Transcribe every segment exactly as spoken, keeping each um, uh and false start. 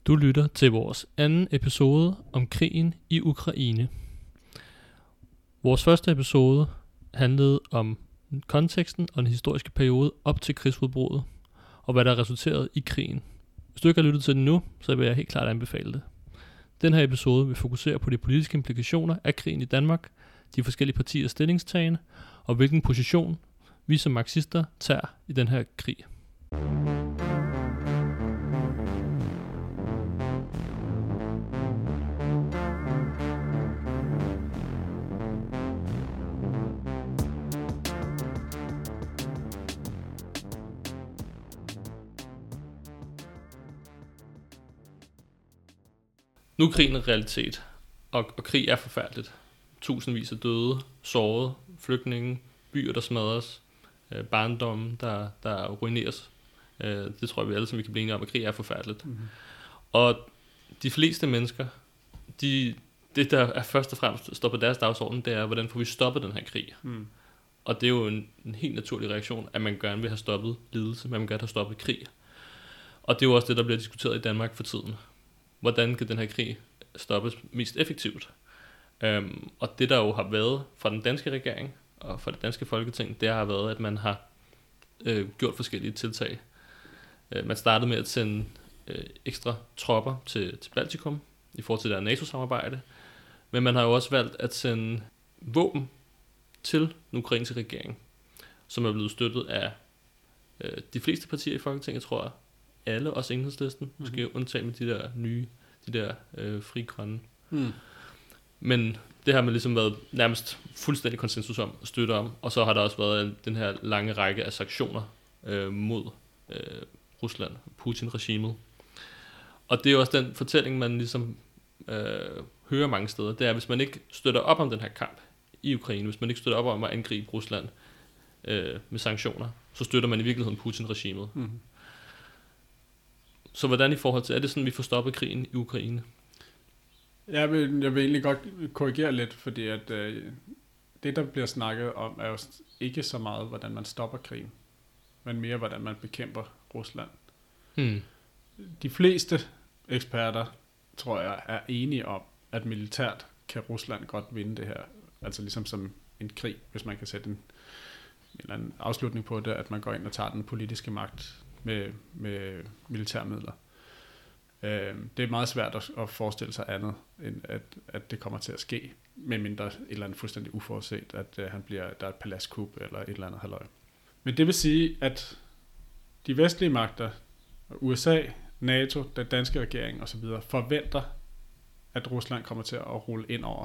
Du lytter til vores anden episode om krigen i Ukraine. Vores første episode handlede om konteksten og den historiske periode op til krigsudbruddet, og hvad der resulterede i krigen. Hvis du ikke har lyttet til den nu, så vil jeg helt klart anbefale det. Den her episode vil fokusere på de politiske implikationer af krigen i Danmark, de forskellige partiers stillingstagen, og hvilken position vi som marxister tager i den her krig. Nu er krigen en realitet, og, og krig er forfærdeligt. Tusindvis af døde, sårede, flygtninge, byer, der smadres, øh, barndommen, der, der ruineres. Øh, det tror jeg, vi alle sammen kan blive enige om, at krig er forfærdeligt. Mm-hmm. Og de fleste mennesker, de, det der er først og fremmest står på deres dagsorden, det er, hvordan får vi stoppet den her krig. Mm. Og det er jo en, en helt naturlig reaktion, at man gerne vil have stoppet lidelse, man vil gerne have stoppet krig. Og det er jo også det, der bliver diskuteret i Danmark for tiden. Hvordan kan den her krig stoppes mest effektivt? Øhm, og det der jo har været fra den danske regering og fra det danske folketing, det har været, at man har øh, gjort forskellige tiltag. Øh, man startede med at sende øh, ekstra tropper til, til Baltikum i forhold til der NATO-samarbejde, men man har jo også valgt at sende våben til den ukrainske regering, som er blevet støttet af øh, de fleste partier i Folketinget, tror jeg. Alle, også Enhedslisten, mm-hmm. måske undtagen med de der nye, de der øh, fri grønne. Mm. Men det har man ligesom været nærmest fuldstændig konsensus om, støtte om, og så har der også været den her lange række af sanktioner øh, mod øh, Rusland, Putin-regimet. Og det er også den fortælling, man ligesom øh, hører mange steder, det er, hvis man ikke støtter op om den her kamp i Ukraine, hvis man ikke støtter op om at angribe Rusland øh, med sanktioner, så støtter man i virkeligheden Putin-regimet. Mm. Så hvordan i forhold til, er det sådan, vi får stoppet krigen i Ukraine? Jeg vil, jeg vil egentlig godt korrigere lidt, fordi at, øh, det, der bliver snakket om, er jo ikke så meget, hvordan man stopper krigen, men mere, hvordan man bekæmper Rusland. Hmm. De fleste eksperter, tror jeg, er enige om, at militært kan Rusland godt vinde det her. Altså ligesom som en krig, hvis man kan sætte en, en eller anden afslutning på det, at man går ind og tager den politiske magt med, med militærmidler. Øh, det er meget svært at, at forestille sig andet, end at, at det kommer til at ske, medmindre et eller andet fuldstændig uforudset, at uh, han bliver, der er et paladskup eller et eller andet halløj. Men det vil sige, at de vestlige magter, U S A, NATO, den danske regering osv., forventer, at Rusland kommer til at rulle ind over.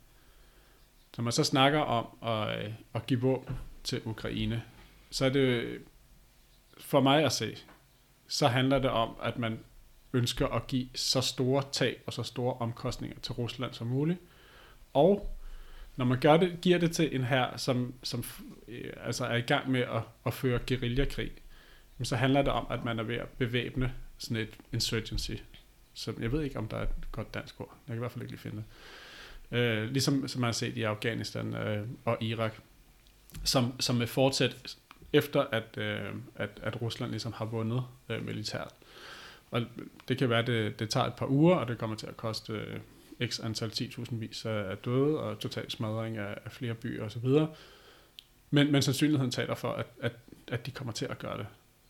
Når man så snakker om at, at give våben til Ukraine, så er det for mig at se, så handler det om, at man ønsker at give så store tab og så store omkostninger til Rusland som muligt. Og når man gør det, giver det til en hær, som, som øh, altså er i gang med at, at føre guerillakrig, så handler det om, at man er ved at bevæbne sådan et insurgency. Så jeg ved ikke, om der er et godt dansk ord. Jeg kan i hvert fald ikke lige finde det. Øh, ligesom som man har set i Afghanistan øh, og Irak, som, som vil fortsætte efter at, øh, at, at Rusland ligesom har vundet øh, militært. Og det kan være, at det, det tager et par uger, og det kommer til at koste øh, x antal ti tusindvis af døde, og total smadring af, af flere byer osv. Men, men sandsynligheden taler for, at, at, at de kommer til at gøre det.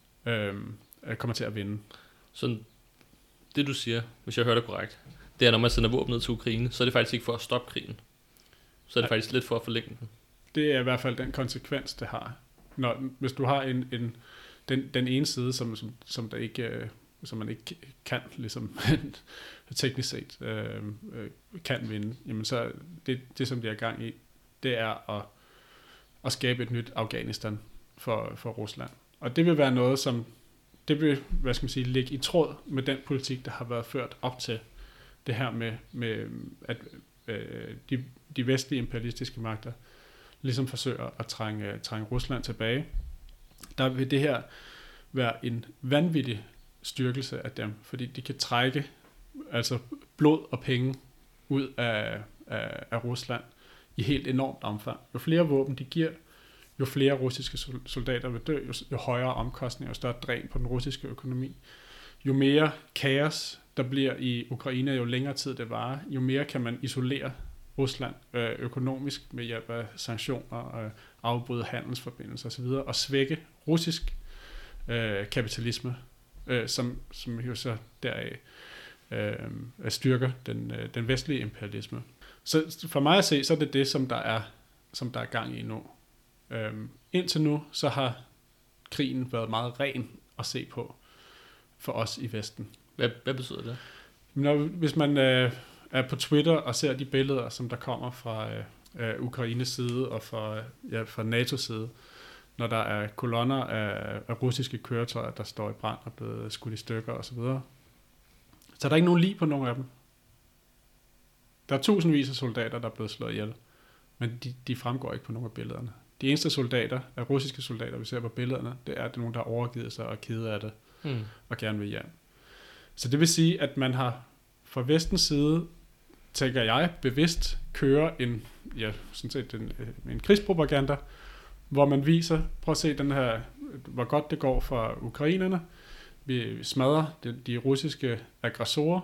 Øh, kommer til at vinde. Så det du siger, hvis jeg hører det korrekt, det er, når man sender våben ned til Ukraine, så er det faktisk ikke for at stoppe krigen. Så er det ja. faktisk lidt for at forlænge den. Det er i hvert fald den konsekvens, det har. Når, hvis du har en, en, den, den ene side, som, som, som, der ikke, som man ikke kan, ligesom teknisk set, øh, øh, kan vinde, jamen så det, det, som de er gang i, det er at, at skabe et nyt Afghanistan for, for Rusland. Og det vil være noget, som det vil, hvad skal man sige, ligge i tråd med den politik, der har været ført op til det her med, med at øh, de, de vestlige imperialistiske magter ligesom forsøger at trænge, trænge Rusland tilbage. Der vil det her være en vanvittig styrkelse af dem, fordi de kan trække altså blod og penge ud af, af, af Rusland i helt enormt omfang. Jo flere våben de giver, jo flere russiske soldater vil dø, jo, jo højere omkostninger, jo større dræn på den russiske økonomi, jo mere kaos der bliver i Ukraine, jo længere tid det varer, jo mere kan man isolere Rusland øh, økonomisk med hjælp af sanktioner og afbryde handelsforbindelser osv., og svække russisk øh, kapitalisme, øh, som, som jo så deraf øh, styrker den, øh, den vestlige imperialisme. Så for mig at se, så er det det, som der er, som der er gang i nu. Øh, indtil nu, så har krigen været meget ren at se på for os i Vesten. Hvad, hvad betyder det? Når, hvis man øh, er på Twitter og ser de billeder, som der kommer fra øh, Ukraines side og fra, ja, fra NATO's side, når der er kolonner af, af russiske køretøjer, der står i brand og er blevet skudt i stykker osv., så, så er der ikke nogen lig på nogen af dem. Der er tusindvis af soldater, der er blevet slået ihjel, men de, de fremgår ikke på nogen af billederne. De eneste soldater, af russiske soldater, vi ser på billederne, det er, at det er nogen, der har overgivet sig og er kede af det, mm. og gerne vil hjem. Så det vil sige, at man har fra vestens side, tænker jeg, bevidst kører en, ja, sådan set en, en krigspropaganda, hvor man viser, prøv at se den her, hvor godt det går for ukrainerne. Vi smadrer de, de russiske aggressorer,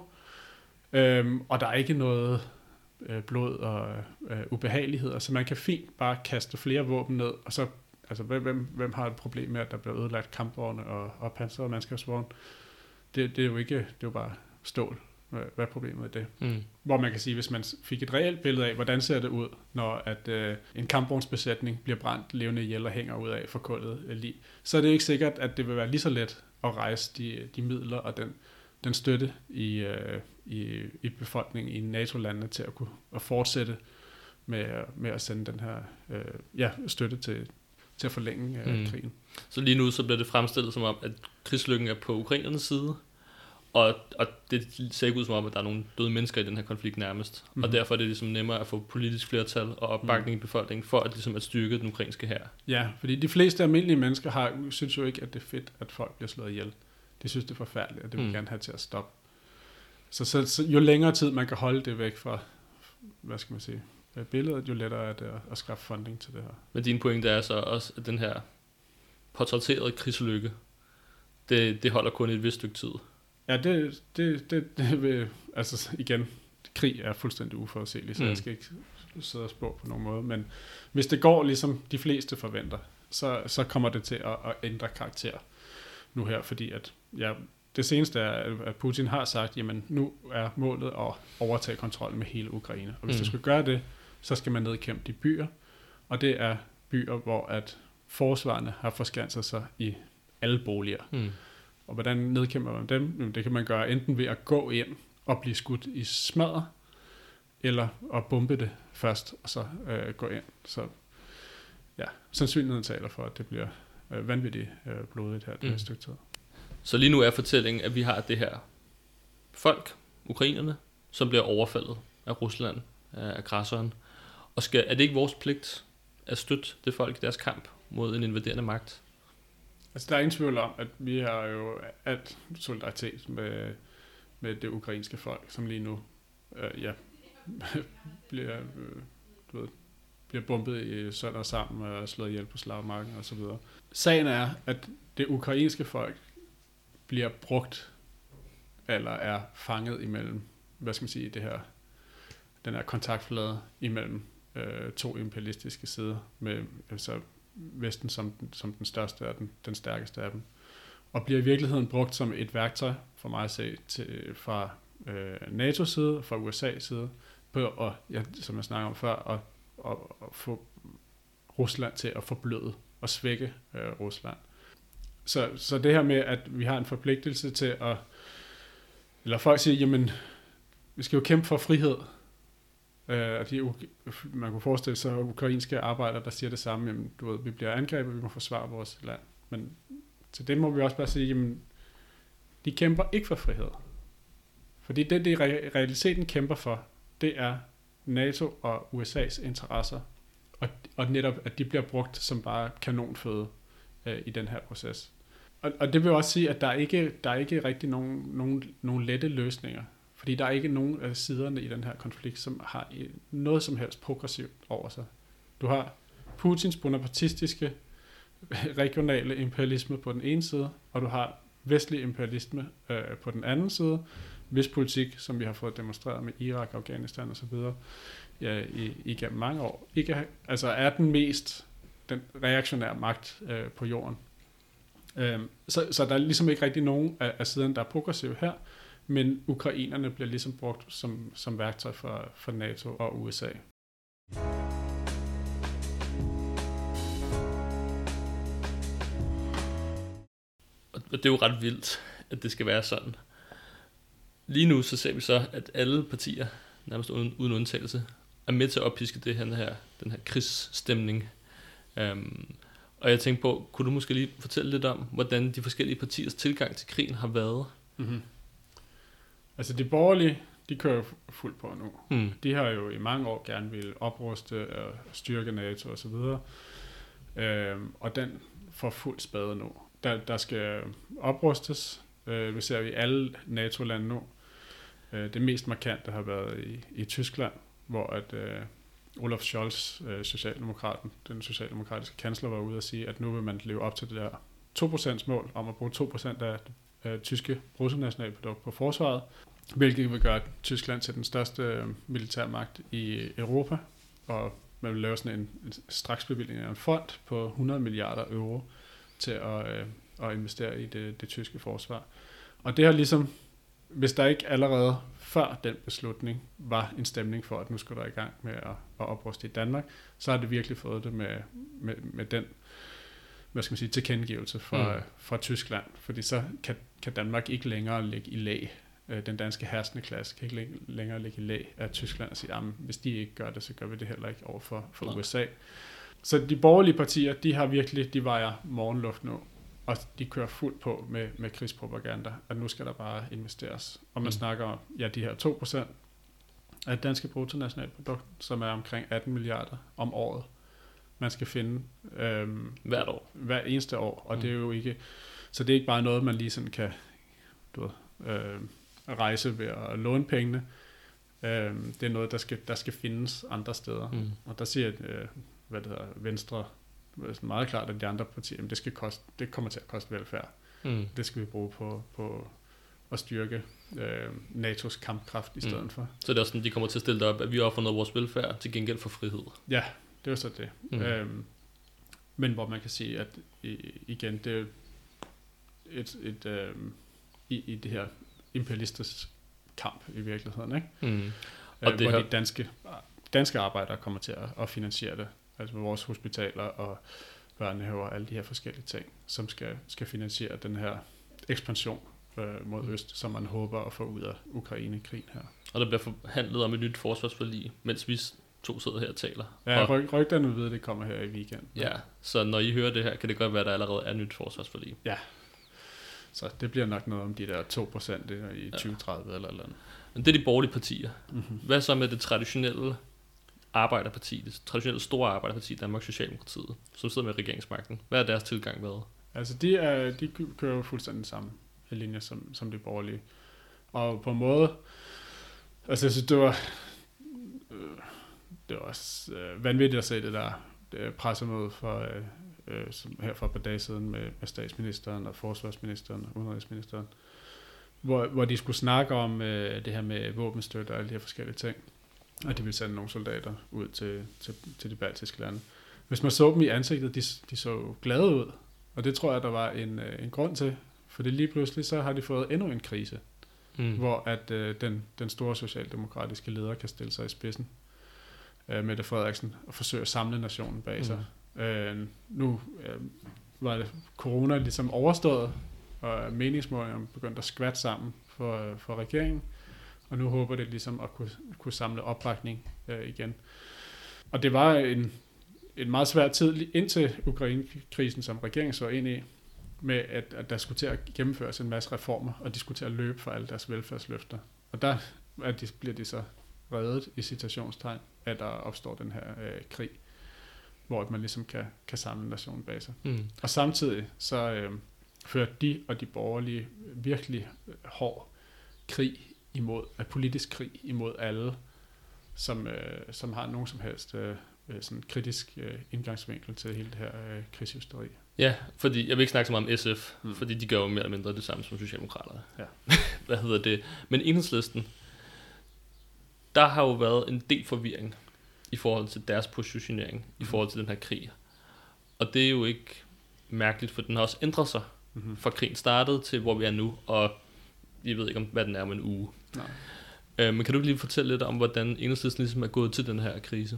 øhm, og der er ikke noget øh, blod og øh, ubehageligheder, så man kan fint bare kaste flere våben ned, og så, altså hvem, hvem har et problem med, at der bliver ødelagt kampvogne og, og pansrede mandskabsvogne? Det, det er jo ikke, det er jo bare stål. Hvad er problemet i det? Mm. Hvor man kan sige, hvis man fik et reelt billede af, hvordan ser det ud, når at, øh, en kampvognsbesætning bliver brændt levende ihjel og hænger ud af forkullet lig, så er det ikke sikkert, at det vil være lige så let at rejse de, de midler og den, den støtte i, øh, i, i befolkningen i NATO-landene til at kunne at fortsætte med, med at sende den her øh, ja, støtte til, til at forlænge øh, mm. krigen. Så lige nu så bliver det fremstillet som om, at krigslykken er på ukrainernes side, og, og det ser ikke ud som om, at der er nogle døde mennesker i den her konflikt nærmest. Mm-hmm. Og derfor er det ligesom nemmere at få politisk flertal og opbakning mm. i befolkningen, for at, ligesom at styrke den ukrainske hær. Ja, fordi de fleste almindelige mennesker har, synes jo ikke, at det er fedt, at folk bliver slået ihjel. De synes, det er forfærdeligt, og det vil mm. gerne have til at stoppe. Så, så, så jo længere tid man kan holde det væk fra, hvad skal man sige, billedet, jo lettere er det at, at skaffe funding til det her. Men din pointe er så også, at den her portrætterede krigslykke, det, det holder kun et vist stykke tid. Ja, det, det, det, det vil, altså igen, krig er fuldstændig uforudsigelig, så mm. jeg skal ikke sidde og spå på nogen måde, men hvis det går ligesom de fleste forventer, så, så kommer det til at, at ændre karakter nu her, fordi at, ja, det seneste er, at Putin har sagt, jamen nu er målet at overtage kontrollen med hele Ukraine, og hvis mm. du skal gøre det, så skal man nedkæmpe de byer, og det er byer, hvor at forsvarerne har forskanset sig i alle boliger. Mm. Og hvordan nedkæmper man dem? Det kan man gøre enten ved at gå ind og blive skudt i smadret, eller at bombe det først, og så øh, gå ind. Så ja, sandsynligheden taler for, at det bliver øh, vanvittigt øh, blodigt her det mm. stykke tid. Så lige nu er fortællingen, at vi har det her folk, ukrainerne, som bliver overfaldet af Rusland, af aggressoren. Og skal, er det ikke vores pligt at støtte det folk i deres kamp mod en invaderende magt? Altså, der er ingen tvivl om, at vi har jo alt solidaritet med, med det ukrainske folk, som lige nu øh, ja, bliver, øh, du ved, bliver bombet i sønder og sammen og slået ihjel på slagmarken og så videre. Sagen er, at det ukrainske folk bliver brugt, eller er fanget imellem, hvad skal man sige, det her, den her kontaktflade imellem øh, to imperialistiske sider, med altså Vesten som den, som den største og den, den stærkeste af dem, og bliver i virkeligheden brugt som et værktøj, for mig at se, til, fra øh, NATO's side og fra U S A's side, på at, ja, som jeg snakker om før, at, at, at få Rusland til at forbløde og svække øh, Rusland. Så, så det her med, at vi har en forpligtelse til at, eller folk siger, jamen, vi skal jo kæmpe for frihed. Uh, de, man kunne forestille sig ukrainske arbejdere, der siger det samme, jamen, du ved, vi bliver angrebet, vi må forsvare vores land. Men til det må vi også bare sige, jamen, de kæmper ikke for frihed. Fordi det, de i realiteten kæmper for, det er NATO og U S A's interesser, og, og netop, at de bliver brugt som bare kanonføde uh, i den her proces. Og, og det vil også sige, at der er ikke, der er ikke rigtig nogen, nogen, nogen lette løsninger. Fordi der er ikke nogen af siderne i den her konflikt, som har noget som helst progressivt over sig. Du har Putins bonapartistiske regionale imperialisme på den ene side, og du har vestlig imperialisme øh, på den anden side, hvis politik, som vi har fået demonstreret med Irak, Afghanistan og så videre ja, i, igennem mange år, ikke, altså er den mest den reaktionære magt øh, på jorden. Øh, så, så der er ligesom ikke rigtig nogen af, af siden, der er progressiv her, men ukrainerne bliver ligesom brugt som, som værktøj for, for NATO og U S A. Og det er jo ret vildt, at det skal være sådan. Lige nu så ser vi så, at alle partier, nærmest uden, uden undtagelse, er med til at oppiske det her, den her krigsstemning. Um, og jeg tænkte på, kunne du måske lige fortælle lidt om, hvordan de forskellige partiers tilgang til krigen har været? Mm-hmm. Altså de borgerlige, de kører jo fuldt på nu. Mm. De har jo i mange år gerne vil opruste og styrke NATO og så videre. Øhm, og den får fuldt spade nu. Der, der skal oprustes. Øh, vi ser i alle NATO-lande nu. Øh, det mest markante har været i, i Tyskland, hvor at øh, Olaf Scholz, øh, socialdemokraten, den socialdemokratiske kansler, var ude at sige, at nu vil man leve op til det der to procent mål om at bruge to procent af det tyske bruttonationalprodukt på forsvaret, hvilket vil gøre Tyskland til den største militærmagt i Europa, og man vil lave sådan en, en straksbevilling af en fond på hundrede milliarder euro til at, øh, at investere i det, det tyske forsvar. Og det har ligesom, hvis der ikke allerede før den beslutning var en stemning for, at nu skulle der i gang med at, at opruste i Danmark, så har det virkelig fået det med, med, med den hvad skal man sige, tilkendegivelse fra, mm. fra Tyskland, fordi så kan, kan Danmark ikke længere ligge i læ. Den danske herskende klasse kan ikke længere ligge i læ af Tyskland og sige, at hvis de ikke gør det, så gør vi det heller ikke over for, for U S A. Så de borgerlige partier, de har virkelig, de vejer morgenluft nu, og de kører fuldt på med, med krigspropaganda, at nu skal der bare investeres. Og man mm. snakker om, ja, de her to procent af det danske bruttonationalprodukt, som er omkring atten milliarder om året, man skal finde øhm, hvert år. Hver eneste år, og mm. det er jo ikke, så det er ikke bare noget, man lige sådan kan du ved, øh, rejse ved at låne pengene. Øh, det er noget, der skal, der skal findes andre steder. Mm. Og der siger øh, hvad det hedder, Venstre meget klart, at de andre partier, det, skal koste, det kommer til at koste velfærd. Mm. Det skal vi bruge på, på at styrke øh, N A T O's kampkraft i stedet mm. for. Så det er sådan, de kommer til at stille det op, at vi offrer noget vores velfærd til gengæld for frihed. Ja, det er så det. Mm. Øhm, men hvor man kan sige, at i, igen, det er et, et øhm, i, i det her imperialistisk kamp i virkeligheden, ikke? Mm. Og øh, det hvor her... de danske, danske arbejdere kommer til at, at finansiere det, altså med vores hospitaler og børnehaver og alle de her forskellige ting, som skal, skal finansiere den her ekspansion øh, mod mm. øst, som man håber at få ud af Ukraine-krigen her. Og der bliver forhandlet om et nyt forsvarsforlig, mens vi to sidder her og taler. Ja, ryg, rygterne ved, at det kommer her i weekenden. Ja, så når I hører det her, kan det godt være, at der allerede er et nyt forsvarsforlig. Ja, så det bliver nok noget om de der to procent i ja. tyve tredive eller eller andet. Men det er de borgerlige partier. Mm-hmm. Hvad så med det traditionelle arbejderparti, det traditionelle store arbejderparti, Danmarks Socialdemokratiet, som sidder med regeringsmagten? Hvad er deres tilgang været? Altså, de, er, de kører jo fuldstændig samme linje som, som de borgerlige. Og på en måde, altså jeg synes, det var, øh, det var også øh, vanvittigt at se det der det pressemøde for, øh, øh, som her for et par dage siden med, med statsministeren og forsvarsministeren og udenrigsministeren, hvor, hvor de skulle snakke om øh, det her med våbenstøtte og alle de her forskellige ting. Og de ville sende nogle soldater ud til, til, til de baltiske lande. Hvis man så dem i ansigtet, de, de så glade ud. Og det tror jeg, der var en, en grund til. For det lige pludselig, så har de fået endnu en krise. Mm. Hvor at øh, den, den store socialdemokratiske leder kan stille sig i spidsen. Øh, Mette Frederiksen, og forsøge at samle nationen bag sig. Mm. Øh, nu øh, var det corona ligesom overstået, og meningsmålingerne begyndte at skvatte sammen for, for regeringen. Og nu håber det ligesom at kunne, kunne samle opbakning øh, igen. Og det var en, en meget svær tid indtil Ukraine-krisen, som regeringen så ind i, med at, at der skulle til at gennemføres en masse reformer, og de skulle til at løbe for alle deres velfærdsløfter. Og der at de, bliver de så reddet i citationstegn, at der opstår den her øh, krig, hvor man ligesom kan, kan samle nationen bag sig. Mm. Og samtidig så øh, fører de og de borgerlige virkelig hård krig imod, af politisk krig imod alle, som, øh, som har nogen som helst øh, sådan kritisk øh, indgangsvinkel til hele det her øh, krigshysteri. Ja, fordi jeg vil ikke snakke så meget om S F, Mm. fordi de gør jo mere eller mindre det samme som Socialdemokraterne. Ja. Hvad hedder det? Men Enhedslisten, der har jo været en del forvirring i forhold til deres positionering, i forhold til den her krig. Og det er jo ikke mærkeligt, for den har også ændret sig Mm-hmm. fra krigen startede til, hvor vi er nu, og jeg ved ikke, om hvad den er om en uge. Nej. Øh, men kan du ikke lige fortælle lidt om, hvordan Enhedslisten ligesom er gået til den her krise?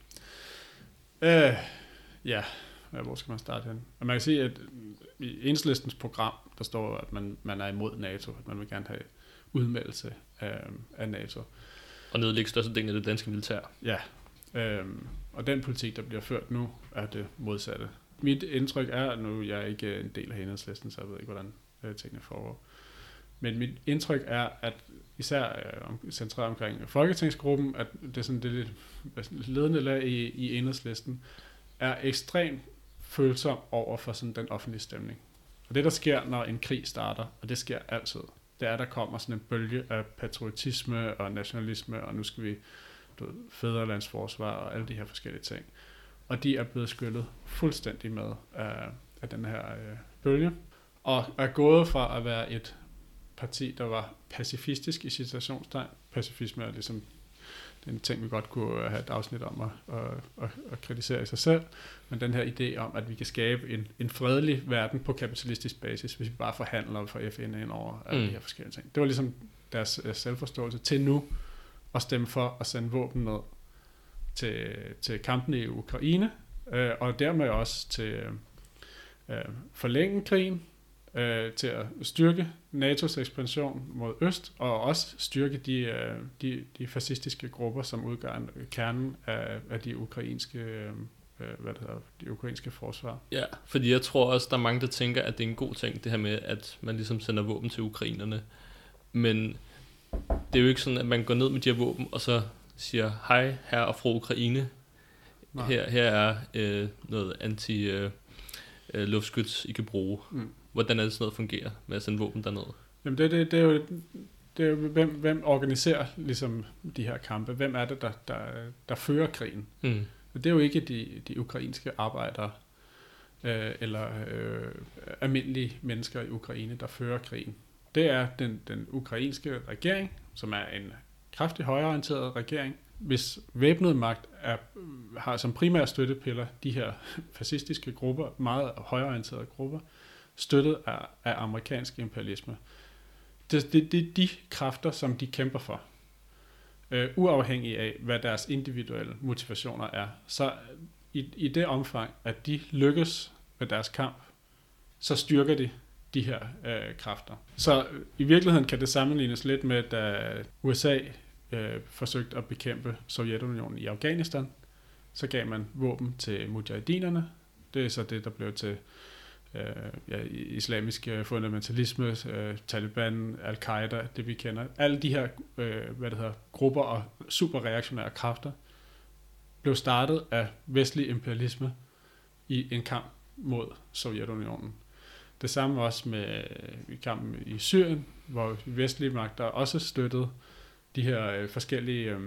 Øh, ja, Ja, hvor skal man starte hen? Og man kan sige, at i Enhedslistens program, der står, at man, man er imod NATO, at man vil gerne have udmeldelse af, af NATO. Og nedlægge størstedelen af det danske militær. Ja, øhm, og den politik, der bliver ført nu, er det modsatte. Mit indtryk er, at nu jeg er ikke en del af Enhedslisten, så jeg ved ikke, hvordan øh, tingene foregår. Men mit indtryk er, at især øh, centreret omkring Folketingsgruppen, at det er sådan det lidt ledende lag i, i Enhedslisten, er ekstremt følsom over for sådan den offentlige stemning. Og det, der sker, når en krig starter, og det sker altid, det er, at der kommer sådan en bølge af patriotisme og nationalisme, og nu skal vi du ved, fædrelandsforsvar og alle de her forskellige ting. Og de er blevet skyllet fuldstændig med af, af den her øh, bølge, og er gået fra at være et parti, der var pacifistisk i citationstegn. Pacifisme er ligesom det er en ting, vi godt kunne have et afsnit om at, at, at, at kritisere i sig selv, men den her idé om, at vi kan skabe en, en fredelig verden på kapitalistisk basis, hvis vi bare forhandler og får F N ind over alle mm. de her forskellige ting. Det var ligesom deres uh, selvforståelse til nu at stemme for at sende våben ned til, til kampene i Ukraine, øh, og dermed også til øh, forlænge krigen, øh, til at styrke N A T O's ekspansion mod øst, og også styrke de, øh, de, de fascistiske grupper, som udgør kernen af, af de ukrainske, øh, hvad det hedder, de ukrainske forsvar. Ja, fordi jeg tror også, der er mange, der tænker, at det er en god ting, det her med, at man ligesom sender våben til ukrainerne. Men det er jo ikke sådan, at man går ned med de her våben, og så siger, hej, her og fru Ukraine. Her, her er øh, noget anti-luftskyts, øh, I kan bruge. Mm. Hvordan er det sådan noget fungerer med at sende våben derned? Jamen det, det, det er jo, det er jo hvem, hvem organiserer ligesom de her kampe? Hvem er det, der, der, der fører krigen? Mm. Det er jo ikke de, de ukrainske arbejdere øh, eller øh, almindelige mennesker i Ukraine, der fører krigen. Det er den, den ukrainske regering, som er en kraftig højreorienteret regering, hvis væbnet magt er, har som primære støttepiller de her fascistiske grupper, meget højreorienterede grupper, støttet af, af amerikansk imperialisme. Det er det, det, de kræfter, som de kæmper for. Uh, uafhængig af, hvad deres individuelle motivationer er. Så i, i det omfang, at de lykkes med deres kamp, så styrker de de her uh, kræfter. Så uh, i virkeligheden kan det sammenlignes lidt med, da U S A uh, forsøgte at bekæmpe Sovjetunionen i Afghanistan. Så gav man våben til mujahedinerne. Det er så det, der blev til uh, ja, islamisk fundamentalisme, uh, Taliban, Al-Qaida, det vi kender. Alle de her uh, hvad det hedder, grupper og superreaktionære kræfter blev startet af vestlig imperialisme i en kamp mod Sovjetunionen. Det samme også med uh, kampen i Syrien, hvor vestlige magter også støttede de her uh, forskellige uh,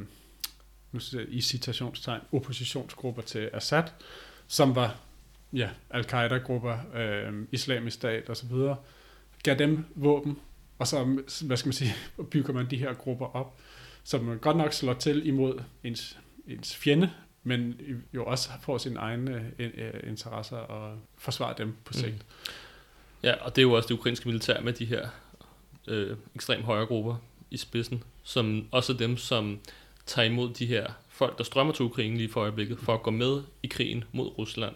nu siger jeg, i citationstegn oppositionsgrupper til Assad, som var ja, Al-Qaida-grupper, øh, islamisk stat og så videre, gav dem våben, og så, hvad skal man sige, bygger man de her grupper op, som man godt nok slår til imod ens, ens fjende, men jo også får sine egne øh, interesser og forsvarer dem på sigt. Mm. Ja, og det er jo også det ukrainske militær med de her øh, ekstremt højre grupper i spidsen, som også er dem, som tager imod de her folk, der strømmer til Ukraine lige for øjeblikket, for at gå med i krigen mod Rusland.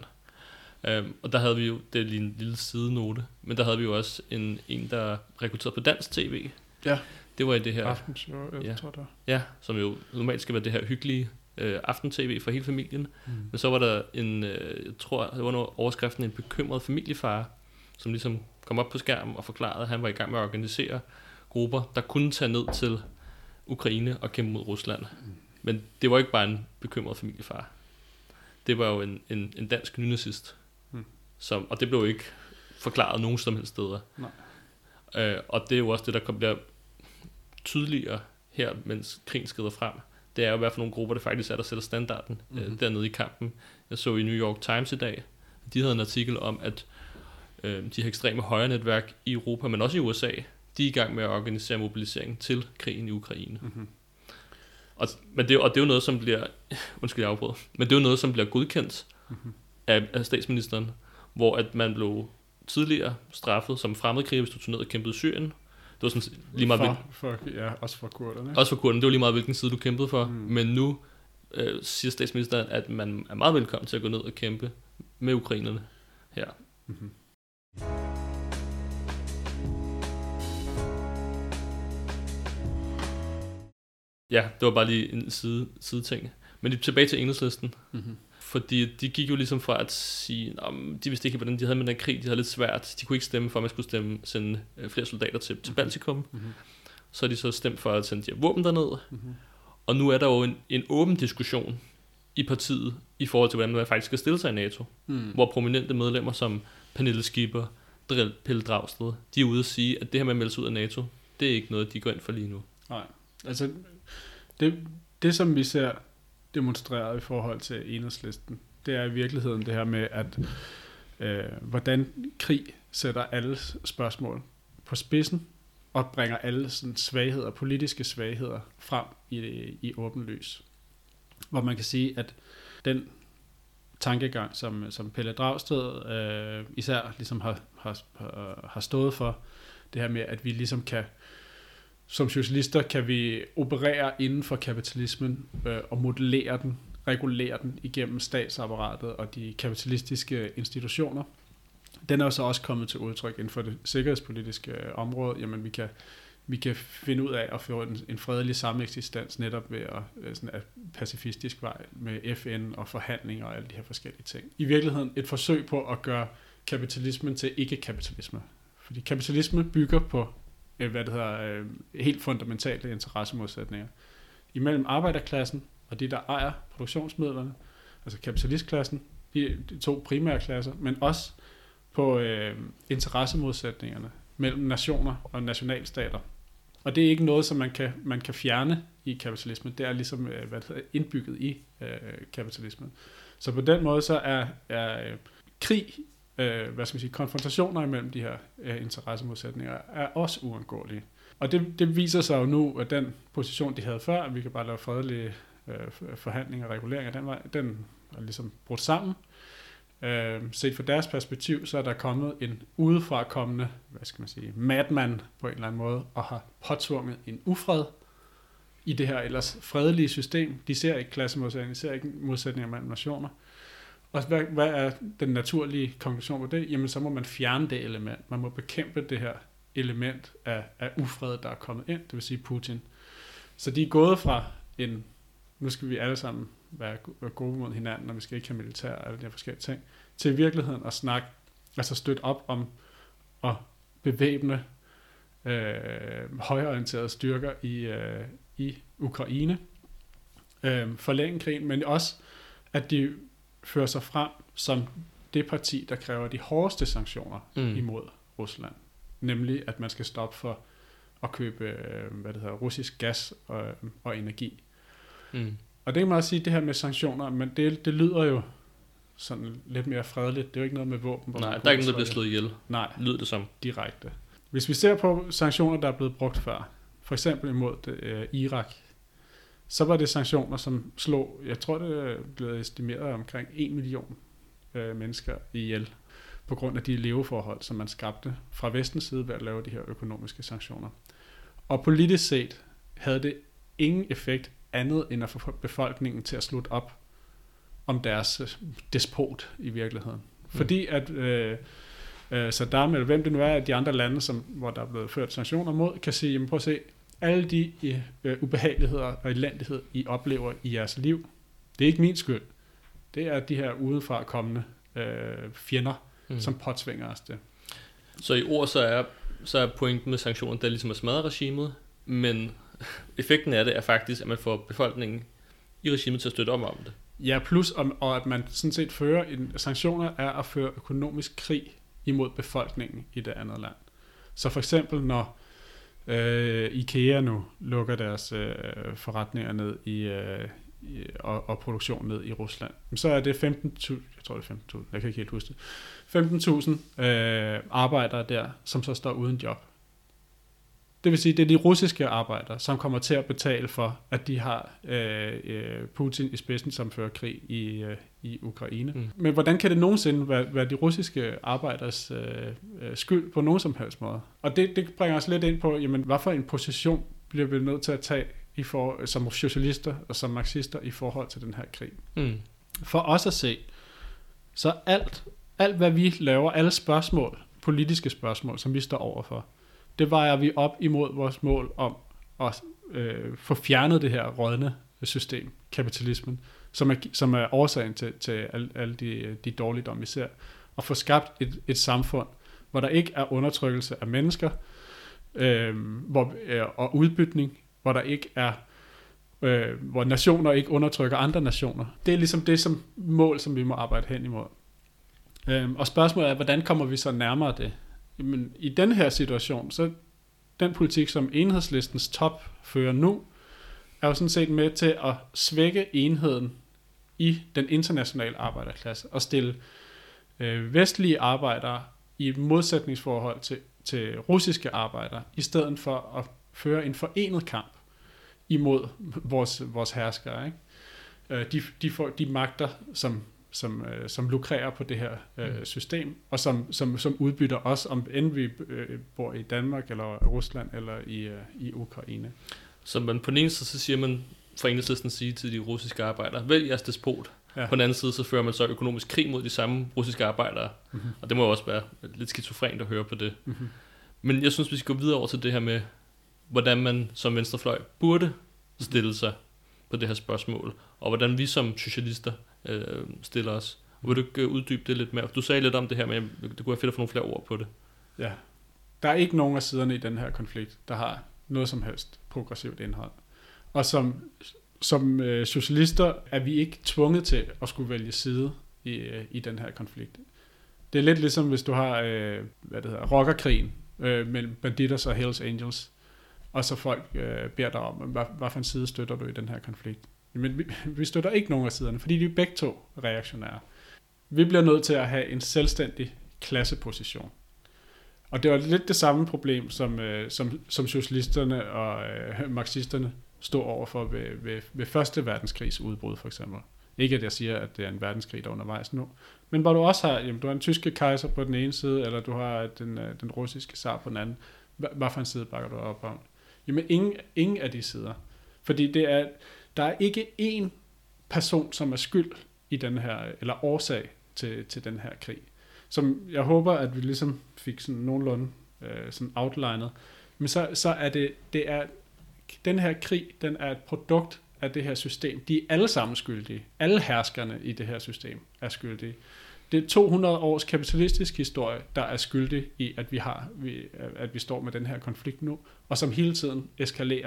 Um, og der havde vi jo, det er lige en lille sidenote, men der havde vi jo også en, en der rekrutterede på dansk tv. Ja. Det var i det her aftenshow, jeg ja, tror det. Ja, som jo normalt skal være det her hyggelige øh, aften-tv for hele familien. Mm. Men så var der en, øh, jeg tror, det var noget overskriften, en bekymret familiefar, som ligesom kom op på skærmen og forklarede, at han var i gang med at organisere grupper, der kunne tage ned til Ukraine og kæmpe mod Rusland. Mm. Men det var ikke bare en bekymret familiefar. Det var jo en, en, en dansk nynazist. Mm. Som, og det blev ikke forklaret nogen som helst steder. Nej. Øh, og det er jo også det, der bliver tydeligere her, mens krigen skrider frem. Det er jo i hvert fald nogle grupper, der faktisk er, der sætter standarden mm-hmm. øh, dernede i kampen. Jeg så i New York Times i dag, de havde en artikel om, at øh, de her ekstreme højre netværk i Europa, men også i U S A, de er i gang med at organisere mobilisering til krigen i Ukraine. Mm-hmm. Og, men det, og det er jo noget, som bliver, undskyld jeg afbrød, men det er jo noget, som bliver godkendt mm-hmm. af, af statsministeren, hvor at man blev tidligere straffet som fremmedkriger, hvis du tog ned og kæmpede i Syrien. Det var sådan lige meget for, for, ja, også for kurderne. Også for kurderne, det var lige meget, hvilken side du kæmpede for. Mm. Men nu øh, siger statsministeren, at man er meget velkommen til at gå ned og kæmpe med ukrainerne her. Mm-hmm. Ja, det var bare lige en side, side ting. Men tilbage til Enhedslisten. Mm-hmm. Fordi de gik jo ligesom fra at sige, at de vidste ikke, hvordan de havde med den krig, de havde lidt svært. De kunne ikke stemme for, at man skulle stemme, sende flere soldater til, til Baltikum. Mm-hmm. Så er de så stemt for at sende de her våben derned. Mm-hmm. Og nu er der jo en, en åben diskussion i partiet, i forhold til, hvordan man faktisk skal stille sig i NATO. Mm. Hvor prominente medlemmer som Pernille Skipper, Pelle Dragsted, de er ude at sige, at det her med at melde sig ud af NATO, det er ikke noget, de går ind for lige nu. Nej, altså det, det som vi ser demonstreret i forhold til Enhedslisten, det er i virkeligheden det her med, at øh, hvordan krig sætter alle spørgsmål på spidsen, og bringer alle sådan svagheder, politiske svagheder frem i, i åben lys. Hvor man kan sige, at den tankegang, som, som Pelle Dragsted øh, især ligesom har, har, har stået for, det her med, at vi ligesom kan, som socialister, kan vi operere inden for kapitalismen øh, og modellere den, regulere den igennem statsapparatet og de kapitalistiske institutioner. Den er jo så også kommet til udtryk inden for det sikkerhedspolitiske område. Jamen, vi kan, vi kan finde ud af at få en, en fredelig sameksistens netop ved at, sådan at pacifistisk vej med F N og forhandlinger og alle de her forskellige ting. I virkeligheden et forsøg på at gøre kapitalismen til ikke-kapitalisme. Fordi kapitalisme bygger på hvad det hedder, helt fundamentale interessemodsætninger. Imellem arbejderklassen og de, der ejer produktionsmidlerne, altså kapitalistklassen, de, de to primære klasser, men også på øh, interessemodsætningerne mellem nationer og nationalstater. Og det er ikke noget, som man kan, man kan fjerne i kapitalismen. Det er ligesom øh, hvad det hedder, indbygget i øh, kapitalismen. Så på den måde så er, er øh, krig, øh, hvad skal man sige, konfrontationer imellem de her øh, interessemodsætninger er også uundgåelige. Og det, det viser sig jo nu, at den position, de havde før, at vi kan bare lave fredelige øh, forhandlinger og reguleringer, den, var, den er ligesom brudt sammen. Øh, set fra deres perspektiv, så er der kommet en udefra kommende, hvad skal man sige, madman på en eller anden måde, og har påtvunget en ufred i det her ellers fredelige system. De ser ikke klassemodsætninger, de ser ikke modsætninger mellem nationer. Og hvad, hvad er den naturlige konklusion på det? Jamen, så må man fjerne det element. Man må bekæmpe det her element af, af ufred, der er kommet ind, det vil sige Putin. Så de er gået fra en, nu skal vi alle sammen være gode mod hinanden, og vi skal ikke have militær og alle de her forskellige ting, til i virkeligheden at snakke, altså støtte op om at bevæbne øh, højreorienterede styrker i, øh, i Ukraine, øh, forlænge krigen, men også, at de fører sig frem som det parti, der kræver de hårdeste sanktioner mm. imod Rusland. Nemlig, at man skal stoppe for at købe øh, hvad det hedder, russisk gas og, og energi. Mm. Og det kan man også sige, det her med sanktioner, men det, det lyder jo sådan lidt mere fredeligt. Det er jo ikke noget med våben. Nej, der er ikke noget, der bliver slået ihjel. Nej, lyder det som. Direkte. Hvis vi ser på sanktioner, der er blevet brugt før, for eksempel imod øh, Irak, så var det sanktioner, som slog, jeg tror det blev estimeret omkring en million øh, mennesker ihjel, på grund af de leveforhold, som man skabte fra vestens side ved at lave de her økonomiske sanktioner. Og politisk set havde det ingen effekt andet end at få befolkningen til at slutte op om deres despot i virkeligheden. Mm. Fordi at øh, øh, Saddam, eller hvem det nu er, at de andre lande, som, hvor der er blevet ført sanktioner mod, kan sige, jamen prøv at se, alle de øh, ubehageligheder og elendighed, I oplever i jeres liv, det er ikke min skyld. Det er de her udefra kommende øh, fjender, mm. som påtvinger os det. Så i ord, så er, så er pointen med sanktioner, der ligesom at smadre regimet, men effekten af det er faktisk, at man får befolkningen i regimet til at støtte op om det. Ja, plus om, og at man sådan set fører en, sanktioner er at føre økonomisk krig imod befolkningen i det andet land. Så for eksempel når øh, IKEA nu lukker deres øh, forretninger ned i, øh, og, og produktion ned i Rusland, så er det femten tusind, jeg tror det er femten tusind, jeg kan ikke helt huske det, femten tusind øh, arbejdere der, som så står uden job. Det vil sige, det er de russiske arbejdere, som kommer til at betale for, at de har øh, Putin i spidsen, som fører krig i, øh, i Ukraine. Mm. Men hvordan kan det nogensinde være, være de russiske arbejders øh, skyld på nogen som helst måde? Og det, det bringer os lidt ind på, jamen, hvad for en position bliver vi nødt til at tage i for, som socialister og som marxister i forhold til den her krig. Mm. For os at se, så alt, alt hvad vi laver, alle spørgsmål, politiske spørgsmål, som vi står overfor, det vejer vi op imod vores mål om at øh, få fjernet det her rådne system, kapitalismen, som er, som er årsagen til, til alle, alle de, de dårligdomme, vi ser, og få skabt et, et samfund, hvor der ikke er undertrykkelse af mennesker, øh, hvor, øh, og udbytning, hvor der ikke er, øh, hvor nationer ikke undertrykker andre nationer. Det er ligesom det som mål, som vi må arbejde hen imod. Øh, og spørgsmålet er, hvordan kommer vi så nærmere det? Jamen, i den her situation, så den politik, som Enhedslistens top fører nu, er jo sådan set med til at svække enheden i den internationale arbejderklasse og stille øh, vestlige arbejdere i et modsætningsforhold til, til russiske arbejdere, i stedet for at føre en forenet kamp imod vores, vores herskere. Ikke? Øh, de, de, får, de magter, som som, øh, som lukrerer på det her øh, system, og som, som, som udbytter os, om end vi øh, bor i Danmark, eller Rusland, eller i, øh, i Ukraine. Så man på den ene side, så siger man fra Enhedslisten sige til de russiske arbejdere, vælg jeres despot. Ja. På den anden side, så fører man så økonomisk krig mod de samme russiske arbejdere. Mm-hmm. Og det må også være lidt skizofrent at høre på det. Mm-hmm. Men jeg synes, vi skal gå videre over til det her med, hvordan man som venstrefløj burde stille sig på det her spørgsmål, og hvordan vi som socialister øh, stiller os. Og vil du ikke uddybe det lidt mere? Du sagde lidt om det her, men det kunne være fedt at få nogle flere ord på det. Ja. Der er ikke nogen af siderne i den her konflikt, der har noget som helst progressivt indhold. Og som, som øh, socialister er vi ikke tvunget til at skulle vælge side i, øh, i den her konflikt. Det er lidt ligesom, hvis du har øh, hvad det hedder, rockerkrigen øh, mellem Bandidos og Hells Angels, og så folk øh, beder dig om, hvad, hvad for en side støtter du i den her konflikt. Men vi, vi støtter ikke nogen af siderne, fordi de er begge to reaktionære. Vi bliver nødt til at have en selvstændig klasseposition. Og det var lidt det samme problem, som, øh, som, som socialisterne og øh, marxisterne stod overfor ved, ved, ved første verdenskrigs udbrud, for eksempel. Ikke at jeg siger, at det er en verdenskrig, der er undervejs nu, men hvor du også har, jamen, du har en tyske kejser på den ene side, eller du har den, den russiske zar på den anden. Hvad for en side bakker du op om? Jamen ingen, ingen af de sider. Fordi det er, der er ikke én person, som er skyld i den her, eller årsag til, til den her krig. Som jeg håber, at vi ligesom fik sådan nogenlunde øh, sådan outlinet. Men så, så er det, det er, den her krig, den er et produkt af det her system. De er alle sammen skyldige. Alle herskerne i det her system er skyldige. Det er to hundrede års kapitalistisk historie, der er skyldig i, at vi, har, at vi står med den her konflikt nu, og som hele tiden eskalerer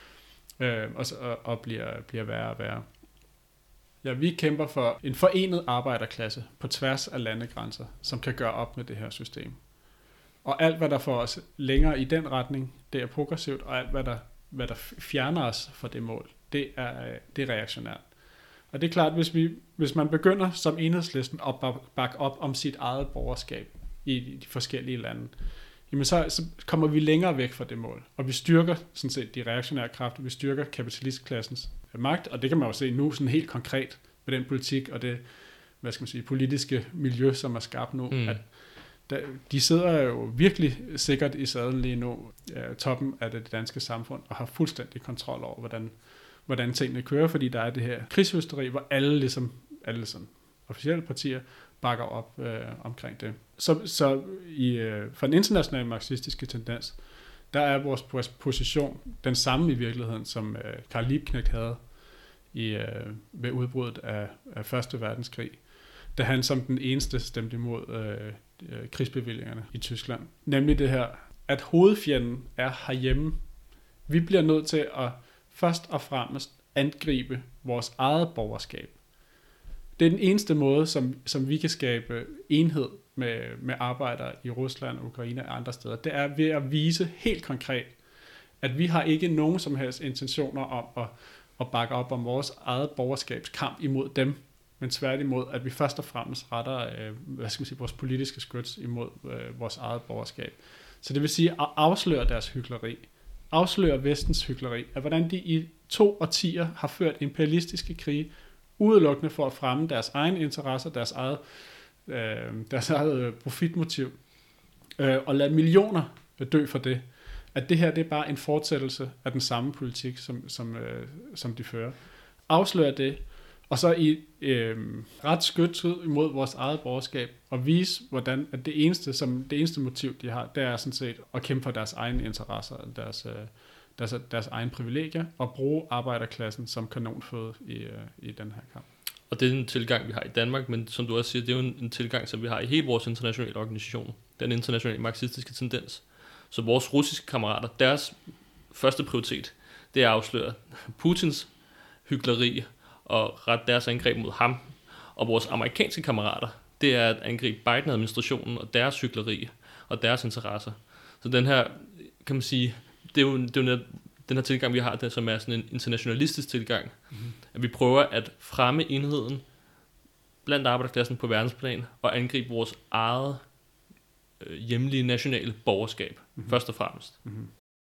øh, og, og bliver, bliver værre og værre. Ja, vi kæmper for en forenet arbejderklasse på tværs af landegrænser, som kan gøre op med det her system. Og alt, hvad der får os længere i den retning, det er progressivt, og alt, hvad der, hvad der fjerner os fra det mål, det er, det er reaktionært. Og det er klart, hvis, vi, hvis man begynder som Enhedslisten at bakke op om sit eget borgerskab i de forskellige lande, jamen så, så kommer vi længere væk fra det mål. Og vi styrker sådan set de reaktionære kræfter, vi styrker kapitalistklassens magt, og det kan man jo se nu sådan helt konkret med den politik og det, hvad skal man sige, politiske miljø, som er skabt nu, mm. at der, de sidder jo virkelig sikkert i sadlen lige nu, ja, toppen af det danske samfund, og har fuldstændig kontrol over, hvordan hvordan tingene kører, fordi der er det her krigshysteri, hvor alle ligesom, alle sådan officielle partier bakker op øh, omkring det. Så, så i, øh, for den internationale marxistiske tendens, der er vores position den samme i virkeligheden, som øh, Karl Liebknecht havde i, øh, ved udbruddet af, af første verdenskrig, da han som den eneste stemte imod øh, øh, krigsbevillingerne i Tyskland. Nemlig det her, at hovedfjenden er herhjemme. Vi bliver nødt til at først og fremmest angribe vores eget borgerskab. Det er den eneste måde, som, som vi kan skabe enhed med, med arbejdere i Rusland, Ukraine og andre steder. Det er ved at vise helt konkret, at vi har ikke nogen som helst intentioner om at, og bakker op om vores eget borgerskabskamp imod dem, men tværtimod, at vi først og fremmest retter øh, hvad skal man sige, vores politiske skyts imod øh, vores eget borgerskab. Så det vil sige at afsløre deres hykleri, afsløre vestens hykleri, at hvordan de i to årtier har ført imperialistiske krige, udelukkende for at fremme deres egne interesser, deres eget, øh, deres eget profitmotiv, øh, og lade millioner dø for det. At det her, det er bare en fortsættelse af den samme politik, som, som, øh, som de fører. Afsløre det, og så i øh, ret skyts ud imod vores eget borgerskab, og vise, hvordan at det eneste, som, det eneste motiv, de har, det er sådan set at kæmpe for deres egne interesser, deres, øh, deres, deres egen privilegier, og bruge arbejderklassen som kanonføde i, øh, i den her kamp. Og det er en tilgang, vi har i Danmark, men som du også siger, det er jo en, en tilgang, som vi har i hele vores internationale organisation. Den internationale marxistiske tendens. Så vores russiske kammerater, deres første prioritet, det er at afsløre Putins hykleri og rette deres angreb mod ham. Og vores amerikanske kammerater, det er at angribe Biden-administrationen og deres hykleri og deres interesser. Så den her, kan man sige, det er jo, det er jo den her tilgang, vi har, der, som er sådan en internationalistisk tilgang. Mm-hmm. At vi prøver at fremme enheden blandt arbejderklassen på verdensplan og angribe vores eget øh, hjemlige nationale borgerskab, mm-hmm. først og fremmest. Mm-hmm.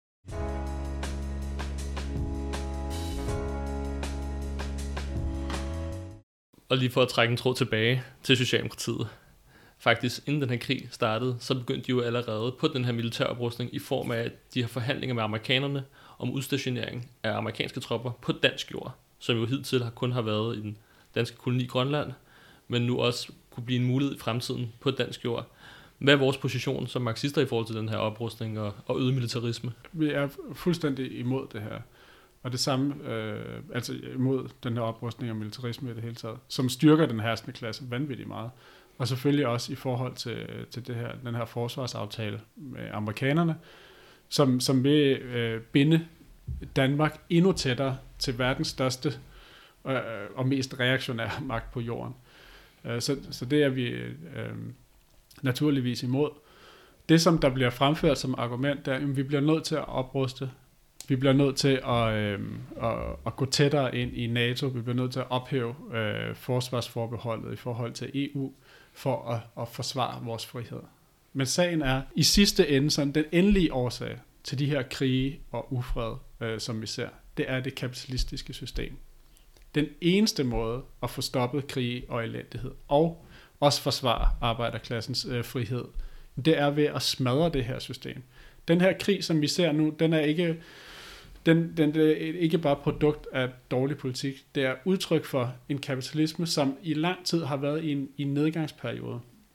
Og lige for at trække en tråd tilbage til Socialdemokratiet. Faktisk, inden den her krig startede, så begyndte de jo allerede på den her militæroprustning i form af, at de har forhandlinger med amerikanerne om udstationering af amerikanske tropper på dansk jord, som jo hidtil kun har været i den danske koloni Grønland, men nu også kunne blive en mulighed i fremtiden på dansk jord. Hvad er vores position som marxister i forhold til den her oprustning og, og øget militarisme? Vi er fuldstændig imod det her. Og det samme, øh, altså imod den her oprustning og militarisme i det hele taget, som styrker den herskende klasse vanvittigt meget. Og selvfølgelig også i forhold til, til det her, den her forsvarsaftale med amerikanerne, som, som vil øh, binde Danmark endnu tættere til verdens største øh, og mest reaktionære magt på jorden. Øh, så, så det er vi øh, naturligvis imod. Det, som der bliver fremført som argument, det er, at vi bliver nødt til at opruste. Vi bliver nødt til at, øh, at, at gå tættere ind i NATO. Vi bliver nødt til at ophæve øh, forsvarsforbeholdet i forhold til E U for at, at forsvare vores frihed. Men sagen er, i sidste ende, sådan den endelige årsag til de her krige og ufred, øh, som vi ser, det er det kapitalistiske system. Den eneste måde at få stoppet krige og elendighed, og også forsvare arbejderklassens øh, frihed, det er ved at smadre det her system. Den her krig, som vi ser nu, den er ikke, den, den er ikke bare produkt af dårlig politik. Det er udtryk for en kapitalisme, som i lang tid har været i en, i en nedgangsperiode,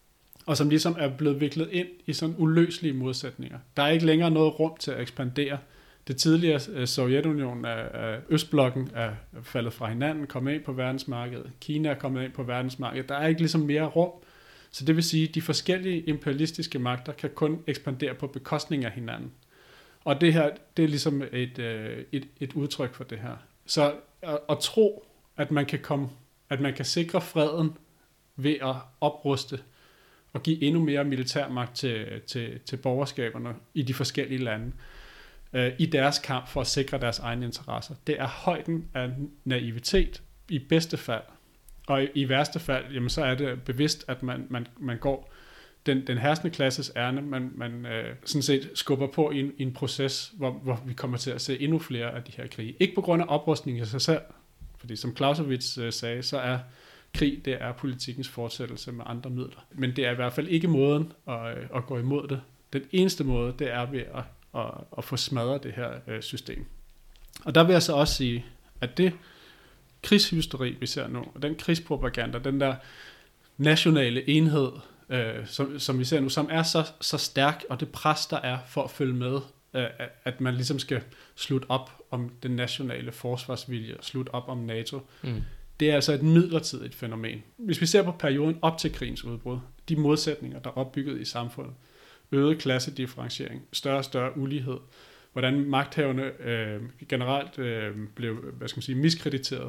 og som ligesom er blevet viklet ind i sådan uløselige modsætninger. Der er ikke længere noget rum til at ekspandere. Det tidligere Sovjetunionen af Østblokken er faldet fra hinanden, kommet ind på verdensmarkedet. Kina er kommet ind på verdensmarkedet. Der er ikke ligesom mere rum. Så det vil sige, at de forskellige imperialistiske magter kan kun ekspandere på bekostning af hinanden. Og det her, det er ligesom et, et, et udtryk for det her. Så at, at tro, at man kan komme, at man kan sikre freden ved at opruste og give endnu mere militærmagt til, til, til borgerskaberne i de forskellige lande, øh, i deres kamp for at sikre deres egne interesser. Det er højden af naivitet i bedste fald. Og i, i værste fald, jamen, så er det bevidst, at man, man, man går den, den herskende klasses ærne, man, man øh, sådan set skubber på i en, i en proces, hvor, hvor vi kommer til at se endnu flere af de her krige. Ikke på grund af oprustning i sig selv, fordi som Clausewitz øh, sagde, så er krig, det er politikens fortsættelse med andre midler. Men det er i hvert fald ikke måden at, at gå imod det. Den eneste måde, det er ved at, at, at få smadret det her øh, system. Og der vil jeg så også sige, at det krigshysteri, vi ser nu, og den krigspropaganda, den der nationale enhed, øh, som, som vi ser nu, som er så, så stærk, og det pres, der er for at følge med, øh, at man ligesom skal slutte op om den nationale forsvarsvilje, slutte op om NATO, mm. det er altså et midlertidigt fænomen. Hvis vi ser på perioden op til krigens udbrud, de modsætninger, der er opbygget i samfundet, øget klassedifferentiering, større og større ulighed, hvordan magthaverne øh, generelt øh, blev, hvad skal man sige, miskrediteret.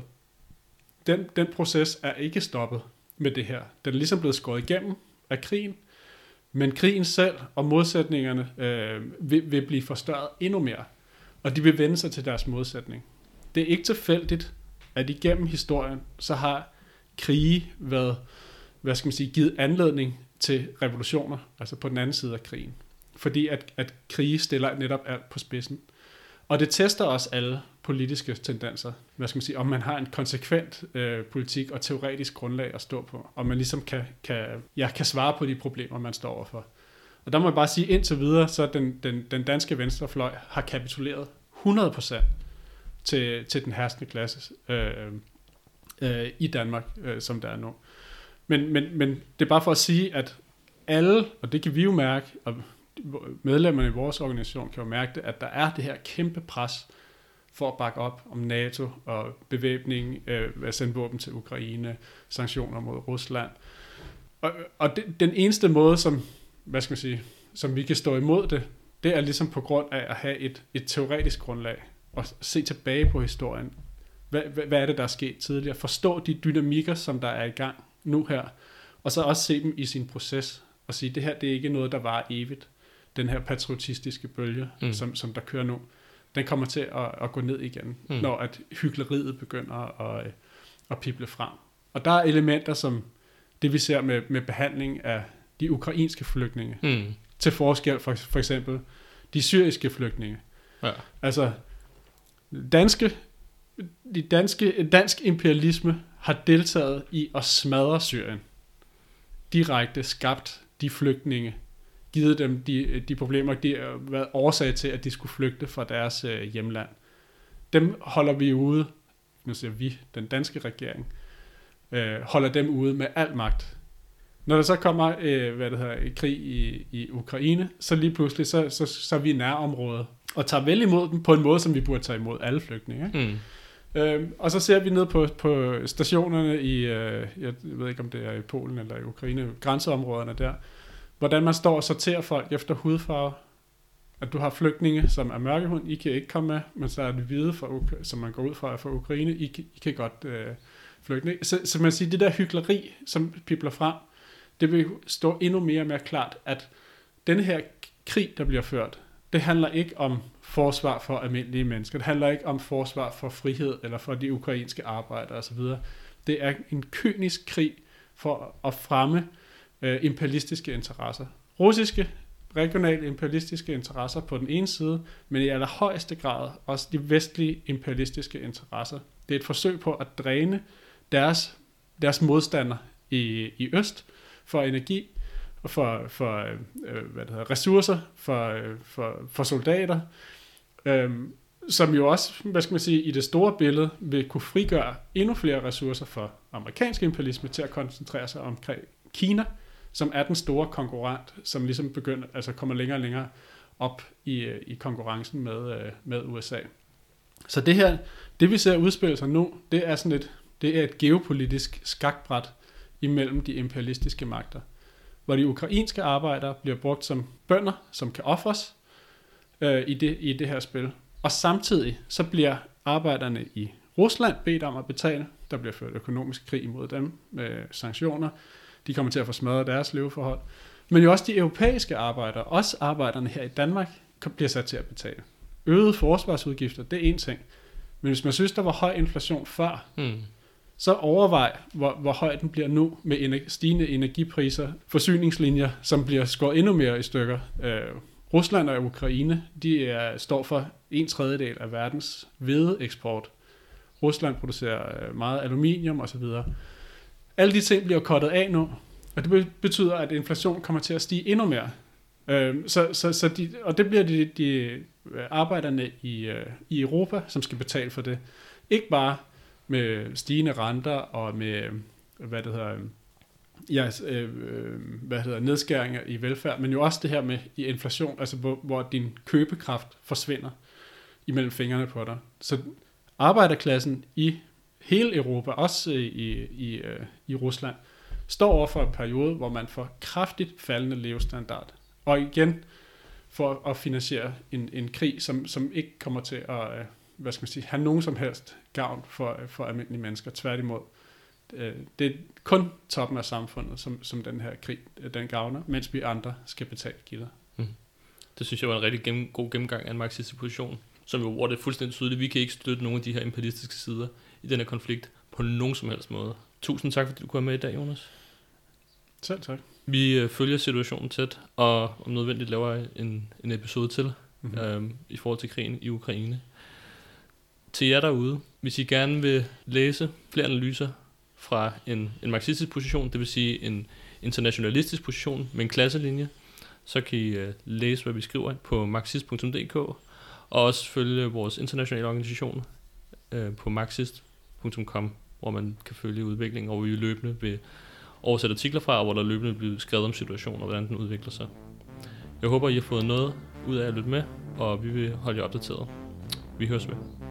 Den, den proces er ikke stoppet med det her. Den er ligesom blevet skåret igennem af krigen, men krigen selv og modsætningerne øh, vil, vil blive forstørret endnu mere, og de vil vende sig til deres modsætning. det er ikke tilfældigt, at igennem historien, så har krige været, hvad skal man sige, givet anledning til revolutioner, altså på den anden side af krigen. Fordi at, at krige stiller netop alt på spidsen. Og det tester også alle politiske tendenser. Hvad skal man sige, om man har en konsekvent øh, politik og teoretisk grundlag at stå på. Og man ligesom kan, kan, ja, kan svare på de problemer, man står overfor. Og der må jeg bare sige, indtil videre, så den, den, den danske venstrefløj har kapituleret hundrede procent til, til den herskende klasse øh, øh, i Danmark, øh, som der er nu. Men, men, men det er bare for at sige, at alle, og det kan vi jo mærke, og medlemmerne i vores organisation kan jo mærke det, at der er det her kæmpe pres for at bakke op om NATO og bevæbning, øh, at sende våben til Ukraine, sanktioner mod Rusland. Og, og det, den eneste måde, som, hvad skal man sige, som vi kan stå imod det, det er ligesom på grund af at have et, et teoretisk grundlag og se tilbage på historien. Hvad, hvad, hvad er det, der er sket tidligere? Forstå de dynamikker, som der er i gang nu her, og så også se dem i sin proces og sige, det her det er ikke noget, der var evigt. Den her patriotistiske bølge, mm. som, som der kører nu, den kommer til at, at gå ned igen, mm. når at hykleriet begynder at, at pible frem. Og der er elementer, som det vi ser med, med behandling af de ukrainske flygtninge, mm. til forskel for, for eksempel de syriske flygtninge. Ja. Altså, danske, de danske, dansk imperialisme har deltaget i at smadre Syrien. Direkte skabt de flygtninge, givet dem de, de problemer, de har været årsag til, at de skulle flygte fra deres øh, hjemland. Dem holder vi ude, nu siger vi, den danske regering, øh, holder dem ude med al magt. Når der så kommer øh, hvad det hedder, krig i, i Ukraine, så lige pludselig, så, så, så er vi i nærområdet, og tager vel imod dem på en måde, som vi burde tage imod alle flygtninge. Mm. Øh, og så ser vi ned på, på stationerne i, øh, jeg ved ikke om det er i Polen eller i Ukraine, grænseområderne der, hvordan man står og sorterer folk efter hudfarve. At du har flygtninge, som er mørkehund, I kan ikke komme med, men så er det hvide, fra, som man går ud fra fra Ukraine, I, I kan godt øh, flygte. Så, så man siger, det der hykleri, som pibler frem, det vil stå endnu mere og mere klart, at denne her krig, der bliver ført, det handler ikke om forsvar for almindelige mennesker, det handler ikke om forsvar for frihed, eller for de ukrainske arbejdere osv. Det er en kynisk krig for at fremme øh, imperialistiske interesser. Russiske, regionale imperialistiske interesser på den ene side, men i allerhøjeste grad også de vestlige imperialistiske interesser. Det er et forsøg på at dræne deres, deres modstander i, i øst for energi, og for, for øh, hvad det hedder, ressourcer, for, øh, for, for soldater, øh, som jo også, hvad skal man sige, i det store billede vil kunne frigøre endnu flere ressourcer for amerikansk imperialisme til at koncentrere sig omkring Kina, som er den store konkurrent, som ligesom begynder, altså kommer længere og længere op i, i konkurrencen med, med U S A. Så det her, det vi ser udspille sig nu, det er sådan et, det er et geopolitisk skakbræt imellem de imperialistiske magter, hvor de ukrainske arbejdere bliver brugt som bønder, som kan ofres øh, i, det, i det her spil. Og samtidig så bliver arbejderne i Rusland bedt om at betale. Der bliver ført økonomisk krig imod dem med sanktioner. De kommer til at få smadret deres leveforhold. Men jo også de europæiske arbejdere, også arbejderne her i Danmark, bliver sat til at betale. Øgede forsvarsudgifter, det er en ting. Men hvis man synes, der var høj inflation før, mm. så overvej, hvor, hvor høj den bliver nu med ener- stigende energipriser, forsyningslinjer, som bliver skåret endnu mere i stykker. Øh, Rusland og Ukraine, de er, står for en tredjedel af verdens hvedeeksport. Rusland producerer meget aluminium osv. Alle de ting bliver kottet af nu, og det betyder, at inflation kommer til at stige endnu mere. Øh, så, så, så de, og det bliver de, de arbejderne i, i Europa, som skal betale for det. Ikke bare med stigende renter og med hvad det hedder, ja, øh, hvad hedder nedskæringer i velfærd, men jo også det her med i inflation, altså hvor, hvor din købekraft forsvinder imellem fingrene på dig. Så arbejderklassen i hele Europa, også i, i, i Rusland, står over for en periode, hvor man får kraftigt faldende levestandard. Og igen for at finansiere en, en krig, som, som ikke kommer til at hvad skal man sige, have nogen som helst gavn for, for almindelige mennesker. Tværtimod. Det er kun toppen af samfundet, som, som den her krig den gavner, mens vi andre skal betale gilder. Mm. Det synes jeg var en rigtig gennem, god gennemgang af en marxistisk position. som jo hvor det er fuldstændig tydeligt, vi kan ikke støtte nogen af de her imperialistiske sider i den her konflikt på nogen som helst måde. Tusind tak, fordi du kom med i dag, Jonas. Selv tak. Vi øh, følger situationen tæt, og om nødvendigt laver en, en episode til Mm-hmm. øhm, i forhold til krigen i Ukraine. Til jer derude, hvis I gerne vil læse flere analyser fra en, en marxistisk position, det vil sige en internationalistisk position med en klasselinje, så kan I uh, læse, hvad vi skriver på marxist punktum d k, og også følge vores internationale organisation uh, på marxist punktum com, hvor man kan følge udviklingen, og vi løbende vil oversætte artikler fra, og hvor der løbende bliver skrevet om situationen, og hvordan den udvikler sig. Jeg håber, I har fået noget ud af at lytte med, og vi vil holde jer opdateret. Vi høres ved.